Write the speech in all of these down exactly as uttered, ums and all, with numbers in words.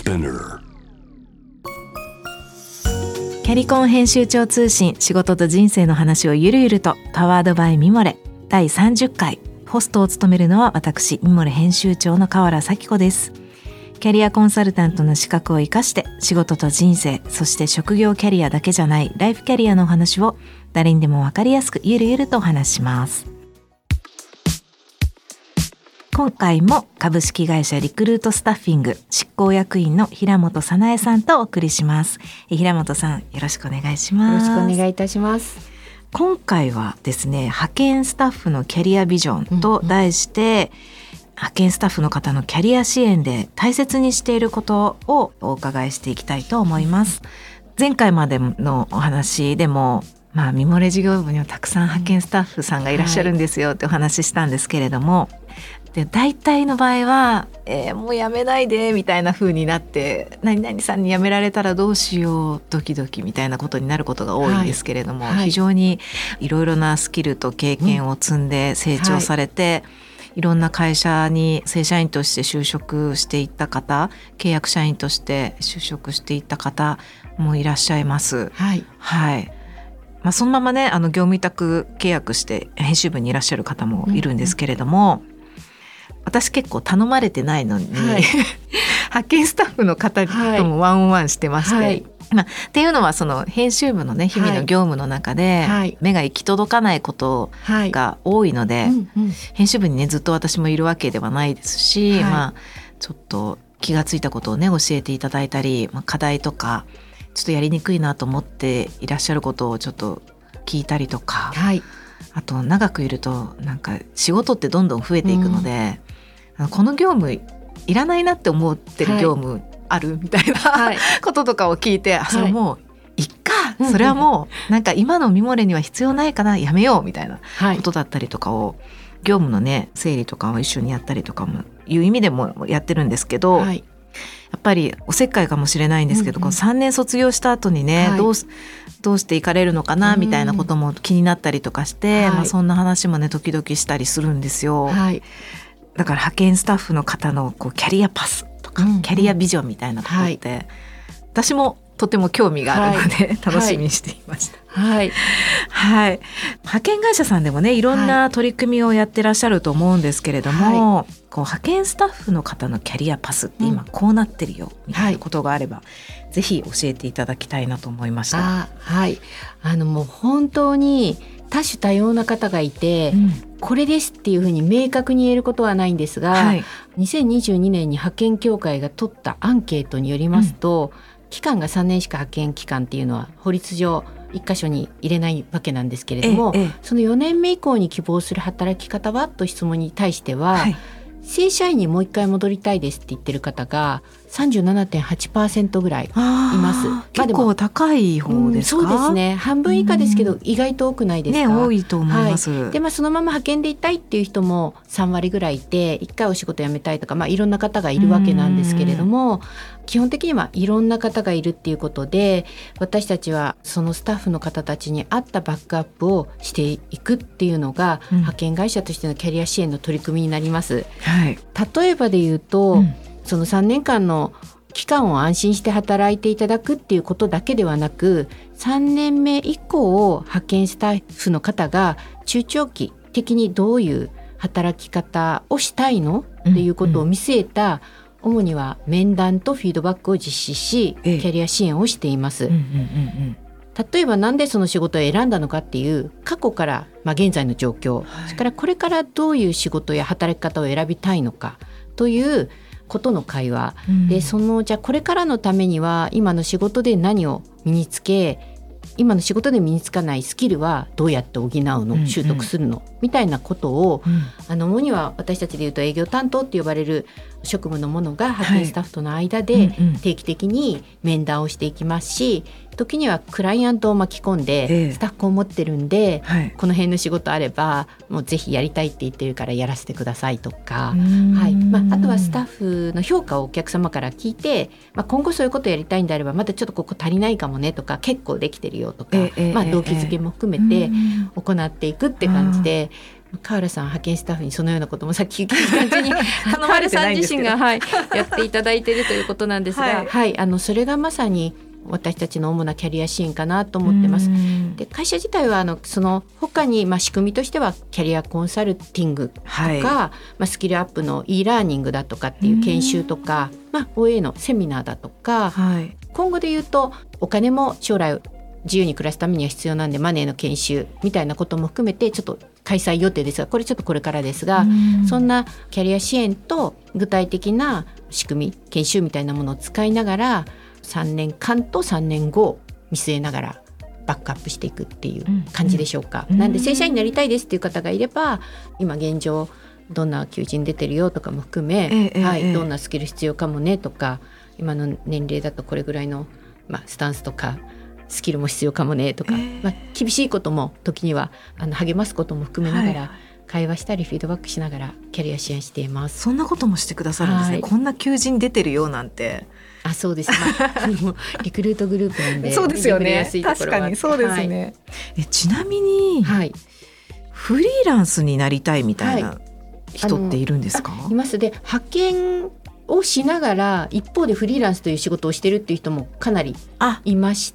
Spinner。 キャリコン編集長通信、仕事と人生の話をゆるゆると、パワードバイミモレだいさんじゅっかい、ホストを務めるのは私、ミモレ編集長の河原咲子です。キャリアコンサルタントの資格を生かして、仕事と人生、そして職業キャリアだけじゃないライフキャリアのお話を誰にでも分かりやすくゆるゆるとお話します。今回も株式会社リクルートスタッフィング執行役員の平本早苗さんとお送りします。平本さん、よろしくお願いします。 よろしくお願いいたします。 今回はですね、派遣スタッフのキャリアビジョンと題して、うんうん、派遣スタッフの方のキャリア支援で大切にしていることをお伺いしていきたいと思います。前回までのお話でも、まあ、ミモレ事業部にはたくさん派遣スタッフさんがいらっしゃるんですよってお話ししたんですけれども、はい、で大体の場合は、えー、もう辞めないでみたいな風になって、何々さんに辞められたらどうしようドキドキみたいなことになることが多いんですけれども、はいはい、非常にいろいろなスキルと経験を積んで成長されて、うんはい、いろんな会社に正社員として就職していった方、契約社員として就職していった方もいらっしゃいます。はい、はい。まあ、そのままね、あの業務委託契約して編集部にいらっしゃる方もいるんですけれども、うんうん、私結構頼まれてないのに、はい、派遣スタッフの方ともワンオンワンしてまして、はいはい、まあ、っていうのはその編集部のね、日々の業務の中で目が行き届かないことが多いので、はいうんうん、編集部にねずっと私もいるわけではないですし、はい、まあ、ちょっと気がついたことをね教えていただいたり、まあ、課題とかちょっとやりにくいなと思っていらっしゃることをちょっと聞いたりとか、はい、あと長くいるとなんか仕事ってどんどん増えていくので、うん、この業務いらないなって思ってる業務ある、はい、みたいな、はい、こととかを聞いて、それもういっか、はい、それはもうなんか今のミモレには必要ないかな、やめようみたいなことだったりとかを、業務のね整理とかを一緒にやったりとかもいう意味でもやってるんですけど、はい、やっぱりおせっかいかもしれないんですけど、うんうん、こうさんねん卒業した後にね、はい、どうどうしていかれるのかなみたいなことも気になったりとかして、はい、まあ、そんな話もね時々したりするんですよ、はい、だから派遣スタッフの方のこうキャリアパスとか、うんうん、キャリアビジョンみたいなことって、はい、私もとても興味があるので、はい、楽しみにしていました、はいはい、派遣会社さんでもねいろんな取り組みをやってらっしゃると思うんですけれども、はい、こう派遣スタッフの方のキャリアパスって今こうなってるよ、うん、みたいなことがあれば、はい、ぜひ教えていただきたいなと思いました。 あ、はい、あのもう本当に多種多様な方がいて、うん、これですっていうふうに明確に言えることはないんですが、はい、にせんにじゅうにねんに派遣協会が取ったアンケートによりますと、うん、期間がさんねんしか派遣期間っていうのは法律上一箇所に入れないわけなんですけれども、ええ、そのよねんめ以降に希望する働き方はと質問に対しては、はい、正社員にもう一回戻りたいですって言ってる方が さんじゅうななてんはちパーセント ぐらいいます。 結構高い方ですか？ うん、そうですね、半分以下ですけど意外と多くないですか？ ね、多いと思います、 はい。で、まあ、そのまま派遣でいたいっていう人もさんわりぐらいいて、いっかいお仕事辞めたいとか、まあ、いろんな方がいるわけなんですけれども、基本的にはいろんな方がいるっていうことで、私たちはそのスタッフの方たちに合ったバックアップをしていくっていうのが、うん、派遣会社としてのキャリア支援の取り組みになります、はい、例えばで言うと、うん、そのさんねんかんの期間を安心して働いていただくっていうことだけではなく、さんねんめ以降派遣スタッフの方が中長期的にどういう働き方をしたいのっていうことを見据えた、うんうん、主には面談とフィードバックを実施し、キャリア支援をしています、うんうんうんうん。例えばなんでその仕事を選んだのかっていう過去から、まあ、現在の状況、はい、それからこれからどういう仕事や働き方を選びたいのかということの会話、うん、でそのじゃあこれからのためには今の仕事で何を身につけ、今の仕事で身につかないスキルはどうやって補うの、うんうん、習得するのみたいなことを、うん、あの主には私たちでいうと営業担当って呼ばれる職務のものが派遣スタッフとの間で定期的に面談をしていきますし、はい、時にはクライアントを巻き込んで、スタッフを持ってるんで、はい、この辺の仕事あればもうぜひやりたいって言ってるからやらせてくださいとか、はい、まあ、あとはスタッフの評価をお客様から聞いて、まあ、今後そういうことやりたいんであればまだちょっとここ足りないかもねとか、結構できてるよとか、まあ、動機づけも含めて行っていくって感じで、 川原さん派遣スタッフにそのようなこともさっき言った感じに頼まれてないんですけど川原さん自身が、はい、やっていただいているということなんですが、 はいはい、あのそれがまさに私たちの主なキャリア支援かなと思ってます。で会社自体はあのその他にまあ仕組みとしてはキャリアコンサルティングとか、 はいまあ、スキルアップの e ラーニングだとかっていう研修とか、まあ、オーエー のセミナーだとか、 はい、 今後で言うとお金も将来自由に暮らすためには必要なんでマネーの研修みたいなことも含めてちょっと開催予定ですが、これちょっとこれからですが、そんなキャリア支援と具体的な仕組み研修みたいなものを使いながらさんねんかんとさんねんごを見据えながらバックアップしていくっていう感じでしょうか、うんうん、なんで正社員になりたいですっていう方がいれば今現状どんな求人出てるよとかも含め、ええはいええ、どんなスキル必要かもねとか今の年齢だとこれぐらいの、まあ、スタンスとかスキルも必要かもねとか、えーまあ、厳しいことも時にはあの励ますことも含めながら、はい、会話したりフィードバックしながらキャリア支援しています。 そんなこともしてくださるんですね、はい、こんな求人出てるよなんて。 あそうです、まあ、リクルートグループなんでそうですよね、 確かにそうですね、はい、えちなみに、はい、フリーランスになりたいみたいな人っているんですか？ はい、いますで派遣をしながら一方でフリーランスという仕事をしてるっていう人もかなりいまして、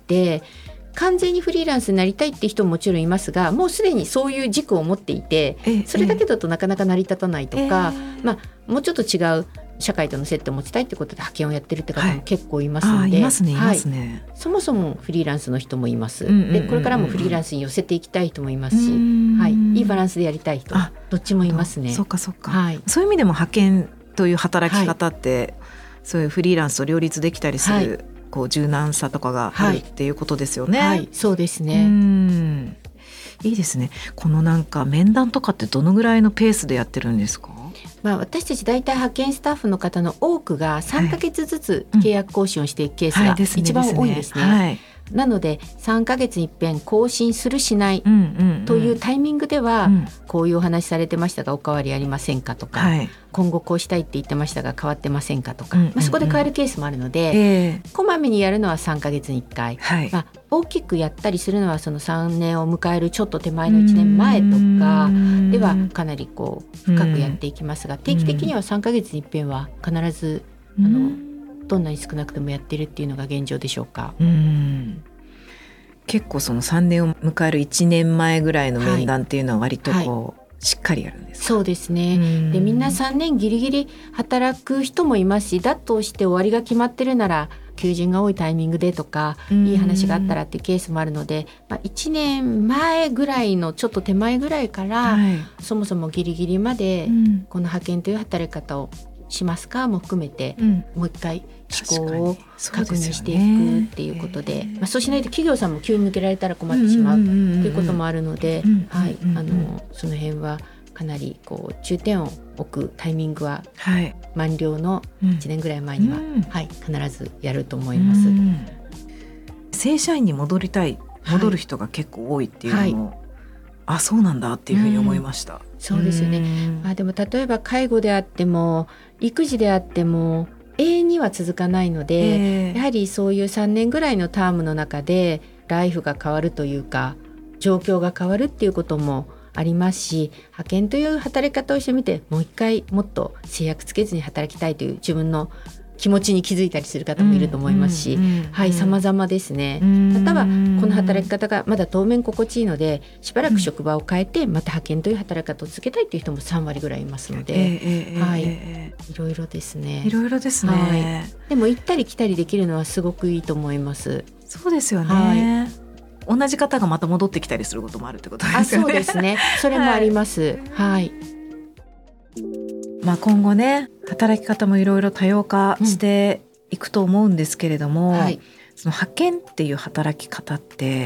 完全にフリーランスになりたいっていう人ももちろんいますが、もうすでにそういう軸を持っていてそれだけだとなかなか成り立たないとか、えーまあ、もうちょっと違う社会との接点を持ちたいってことで派遣をやってるって方も結構いますので、はい、 いますねいますね、 はい、そもそもフリーランスの人もいます、うんうんうんうん、でこれからもフリーランスに寄せていきたい人もいますし、はい、いいバランスでやりたい人どっちもいますね。 そうかそうか、はい、そういう意味でも派遣という働き方って、はい、そういうフリーランスと両立できたりする、はい、こう柔軟さとかがあるっていうことですよね。 はいはい、そうですね。 うんいいですね。このなんか面談とかってどのぐらいのペースでやってるんですか？ まあ、私たち大体派遣スタッフの方の多くがさんかげつずつ契約更新をしていくケースが一番多いんですね。はいなのでさんかげつに一遍更新するしないというタイミングでは、うんうんうん、こういうお話されてましたがお変わりありませんかとか、はい、今後こうしたいって言ってましたが変わってませんかとか、うんうんうんまあ、そこで変えるケースもあるので、えー、こまめにやるのはさんかげつにいっかい、はいまあ、大きくやったりするのはそのさんねんを迎えるちょっと手前のいちねんまえとかではかなりこう深くやっていきますが、定期的にはさんかげつに一遍は必ずあのどんなに少なくてもやってるっていうのが現状でしょうか。 うん結構そのさんねんを迎えるいちねんまえぐらいの面談っていうのは割とこう、はいはい、しっかりやるんですか？ そうですね。でみんなさんねんギリギリ働く人もいますし、だとして終わりが決まってるなら求人が多いタイミングでとかいい話があったらっていうケースもあるので、まあ、いちねんまえぐらいのちょっと手前ぐらいから、はい、そもそもギリギリまでこの派遣という働き方をしますかも含めて、うん、もう一回思考を確認していくっていうことで、まあ、そうしないと企業さんも急に抜けられたら困ってしまうっていうこともあるので、はいあのその辺はかなりこう重点を置くタイミングは、はい、満了のいちねんぐらい前には、うんはい、必ずやると思います。 正社員に戻りたい戻る人が結構多いっていうのも、はい、あそうなんだっていうふうに思いました。 そうですよね。まあ、でも例えば介護であっても育児であっても永遠には続かないので、えー、やはりそういうさんねんぐらいのタームの中でライフが変わるというか状況が変わるっていうこともありますし、派遣という働き方をしてみてもう一回もっと制約つけずに働きたいという自分の気持ちに気づいたりする方もいると思いますし、うんうんうん、はい様々ですね。またはこの働き方がまだ当面心地いいのでしばらく職場を変えてまた派遣という働き方を続けたいという人もさんわりぐらいいますので、えーはい、えー、いろいろですね。 いろいろですね、 はい、でも行ったり来たりできるのはすごくいいと思います。 そうですよね、はい、同じ方がまた戻ってきたりすることもあるってことですよね。 あそうですねそれもあります、はい、 まあ、今後ね働き方もいろいろ多様化していくと思うんですけれども、うんはい、その派遣っていう働き方って、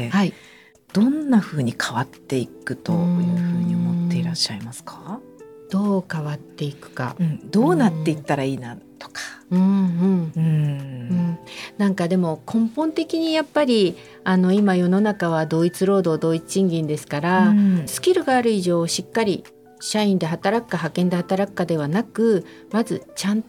はい、どんな風に変わっていくというふうに思っていらっしゃいますか？ どう変わっていくか、 うん、どうなっていったらいいなとか、うんうんうんうん、 なんかでも根本的にやっぱりあの今世の中は同一労働同一賃金ですから、うん、スキルがある以上しっかり社員で働くか派遣で働くかではなくまずちゃんと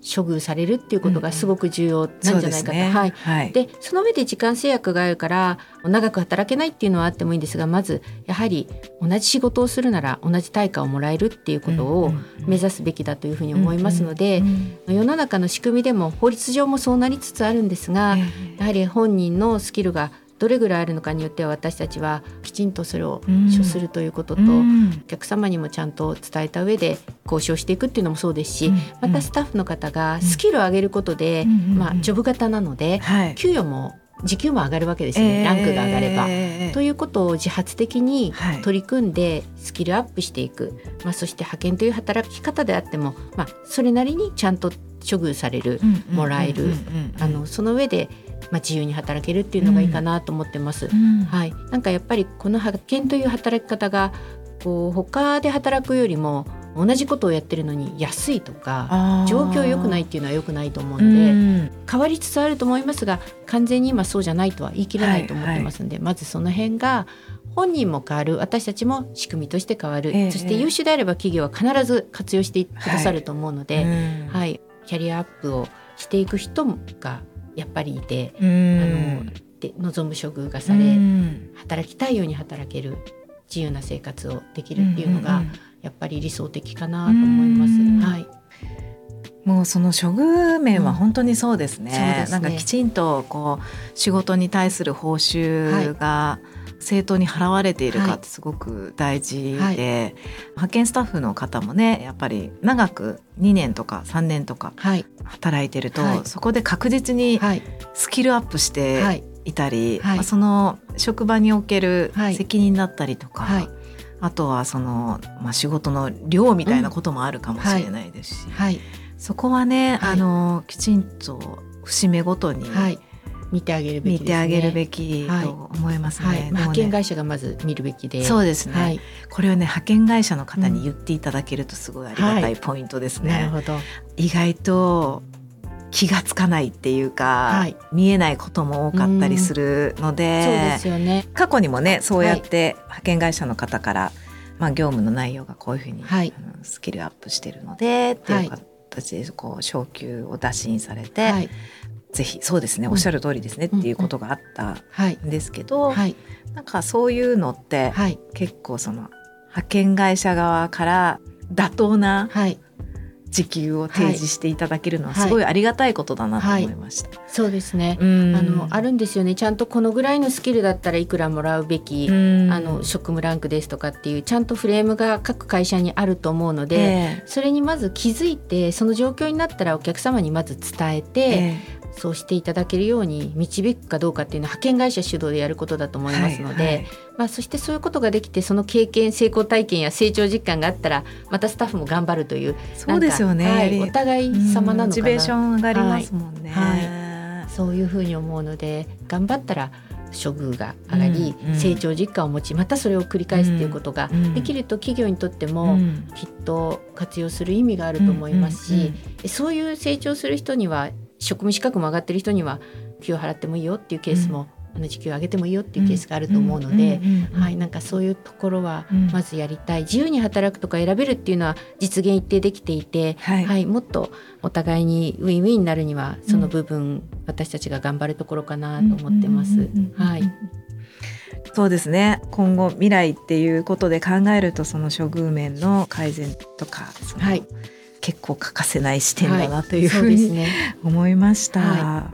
処遇されるっていうことがすごく重要なんじゃないかと、 ねはいはい、 でその上で時間制約があるから長く働けないっていうのはあってもいいんですが、まずやはり同じ仕事をするなら同じ対価をもらえるっていうことを目指すべきだというふうに思いますので、世の中の仕組みでも法律上もそうなりつつあるんですが、やはり本人のスキルがどれぐらいあるのかによっては私たちはきちんとそれを処するということと、うん、お客様にもちゃんと伝えた上で交渉していくっていうのもそうですし、うん、またスタッフの方がスキルを上げることで、うんまあ、ジョブ型なので、はい、給与も時給も上がるわけですね、えー、ランクが上がれば、えー、ということを自発的に取り組んでスキルアップしていく、まあ、そして派遣という働き方であっても、まあ、それなりにちゃんと処遇される、もらえる、あのその上でまあ、自由に働けるっていうのがいいかなと思ってます、うんはい、なんかやっぱりこの派遣という働き方がこう他で働くよりも同じことをやってるのに安いとか状況良くないっていうのは良くないと思うので、うん、変わりつつあると思いますが完全に今そうじゃないとは言い切れないと思ってますので、はいはい、まずその辺が本人も変わる、私たちも仕組みとして変わる、えー、そして優秀であれば企業は必ず活用してくださると思うので、はいうんはい、キャリアアップをしていく人がやっぱりいて、あので望む処遇がされ、働きたいように働ける自由な生活をできるっていうのがやっぱり理想的かなと思います、はい、 もうその処遇面は本当にそうですね、うん、そうですね。なんかきちんとこう仕事に対する報酬が正当に払われているかってすごく大事で、はいはい、派遣スタッフの方もねやっぱり長くにねんとかさんねんとか働いてると、はい、そこで確実にスキルアップしていたり、はいはい、その職場における責任だったりとか、はい、あとはその、まあ、仕事の量みたいなこともあるかもしれないですし、うんはい、そこはね、あのきちんと節目ごとに、はい見てあげるべきですね。 見てあげるべきと思いますね。はいはい、 派遣会社がまず見るべきで。 そうですね。はい、これをね派遣会社の方に言っていただけるとすごいありがたいポイントですね。はい、なるほど。意外と気がつかないっていうか、はい、見えないことも多かったりするので、 そうですよね。 過去にもねそうやって派遣会社の方から、まあ、業務の内容がこういうふうに、はい、スキルアップしてるのでっていう形でこう昇給を打診されて。はいぜひそうですね、おっしゃる通りですね、うん、っていうことがあったんですけど、はい、なんかそういうのって、はい、結構その派遣会社側から妥当な時給を提示していただけるのはすごいありがたいことだなと思いました、 はいはい、そうですね、あのあるんですよね。ちゃんとこのぐらいのスキルだったらいくらもらうべき、あの職務ランクですとかっていうちゃんとフレームが各会社にあると思うので、えー、それにまず気づいてその状況になったらお客様にまず伝えて、えーそうしていただけるように導くかどうかっていうのは派遣会社主導でやることだと思いますので、はいはいまあ、そしてそういうことができてその経験成功体験や成長実感があったらまたスタッフも頑張るというそうですよね、 はい、お互い様なのかな、モチベーション上がりますもんね、 はいはい、そういうふうに思うので頑張ったら処遇が上がり、うんうん、成長実感を持ちまたそれを繰り返すということができると企業にとってもきっと活用する意味があると思いますし、うんうんうん、そういう成長する人には職務資格も上がってる人には給与払ってもいいよっていうケースも、うん、同じ給与上げてもいいよっていうケースがあると思うので、はい、なんかそういうところはまずやりたい、うん、自由に働くとか選べるっていうのは実現一定できていて、はいはい、もっとお互いにウィンウィンになるにはその部分、うん、私たちが頑張るところかなと思ってます、はい、 そうですね。今後未来っていうことで考えるとその処遇面の改善とかその、はい結構欠かせない視点だなというふうに、はいね、思いました、はい、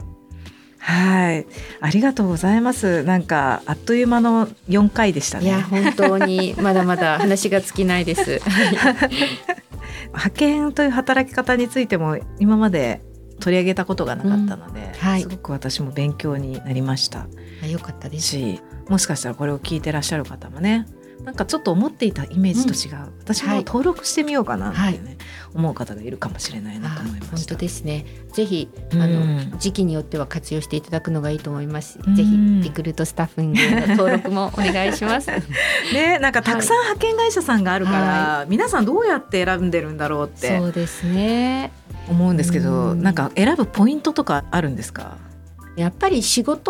はい、ありがとうございます。なんかあっという間のよんかいでしたね。 いや本当にまだまだ話が尽きないです派遣という働き方についても今まで取り上げたことがなかったので、うんはい、すごく私も勉強になりましたよかったですし、もしかしたらこれを聞いてらっしゃる方もねなんかちょっと思っていたイメージと違う、うん、私も登録してみようかなって、ねはい、思う方がいるかもしれないなと思いました。 本当ですね。ぜひあの、うん、時期によっては活用していただくのがいいと思いますし、うん、ぜひリクルートスタッフングの登録もお願いしますね、なんかたくさん派遣会社さんがあるから、はい、皆さんどうやって選んでるんだろうってそうですね思うんですけど、うん、なんか選ぶポイントとかあるんですか？ やっぱり仕事っ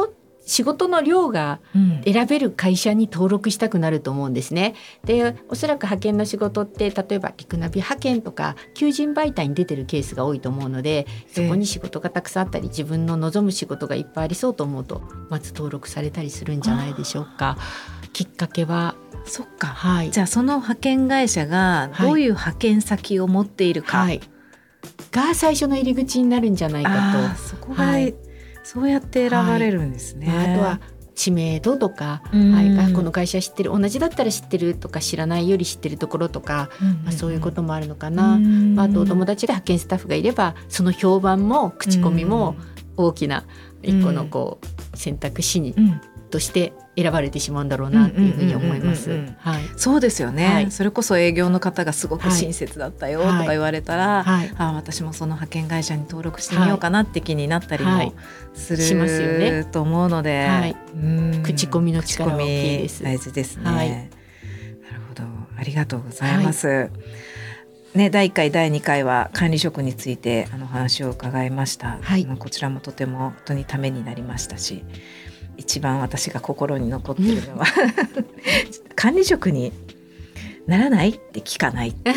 仕事の量が選べる会社に登録したくなると思うんですね。でおそらく派遣の仕事って例えばリクナビ派遣とか求人媒体に出てるケースが多いと思うので、そこに仕事がたくさんあったり自分の望む仕事がいっぱいありそうと思うとまず登録されたりするんじゃないでしょうか。きっかけはそっか、 はい、 じゃあその派遣会社がどういう派遣先を持っているか、 はい、が最初の入り口になるんじゃないかと。 あそこが、はい、そうやって選ばれるんですね。 はい、あとは知名度とか、 うん、 はい、あこの会社知ってる、同じだったら知ってるとか知らないより知ってるところとか、うんうんうん、まあ、そういうこともあるのかな、うんまあ、あとお友達で派遣スタッフがいればその評判も口コミも大きな一個のこう選択肢に、うんとして選ばれてしまうんだろうなっていうふうに思います。 そうですよね、はい、それこそ営業の方がすごく親切だったよとか言われたら、はいはい、あ私もその派遣会社に登録してみようかなって気になったりもする、はい、ね、と思うので、はい、うん口コミの力は大きいです。 大事ですね、はい、なるほど、ありがとうございます、はいね、だいいっかいだいにかいは管理職についてあの話を伺いました、はい、こちらもとても本当にためになりましたし、一番私が心に残っているのは管理職にならないって聞かないっていう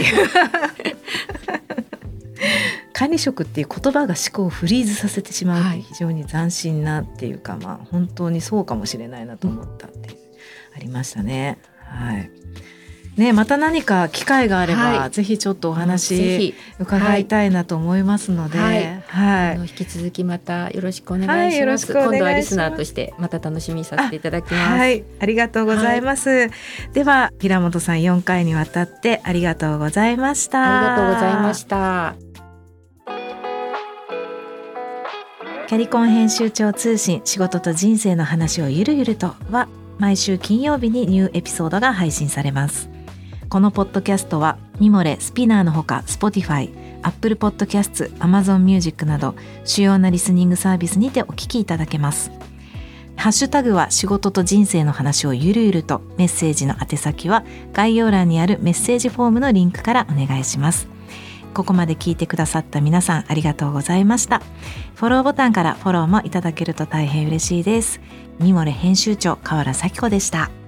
管理職っていう言葉が思考をフリーズさせてしまう、はい、非常に斬新なっていうか、まあ、本当にそうかもしれないなと思ったってありましたね。はいね、また何か機会があれば、はい、ぜひちょっとお話伺いたいなと思いますので、はいはいはい、あの引き続きまたよろしくお願いします。はい、今度はリスナーとしてまた楽しみにさせていただきます。 はい、ありがとうございます、はい、では平本さんよんかいにわたってありがとうございました。 ありがとうございました。 キャリコン編集長通信、仕事と人生の話をゆるゆるとは毎週金曜日にニューエピソードが配信されます。このポッドキャストはミモレ、スピナーのほか Spotify、Apple Podcasts、Amazon Music など主要なリスニングサービスにてお聞きいただけます。ハッシュタグは仕事と人生の話をゆるゆると、メッセージの宛先は概要欄にあるメッセージフォームのリンクからお願いします。ここまで聞いてくださった皆さんありがとうございました。フォローボタンからフォローもいただけると大変嬉しいです。ミモレ編集長河原咲子でした。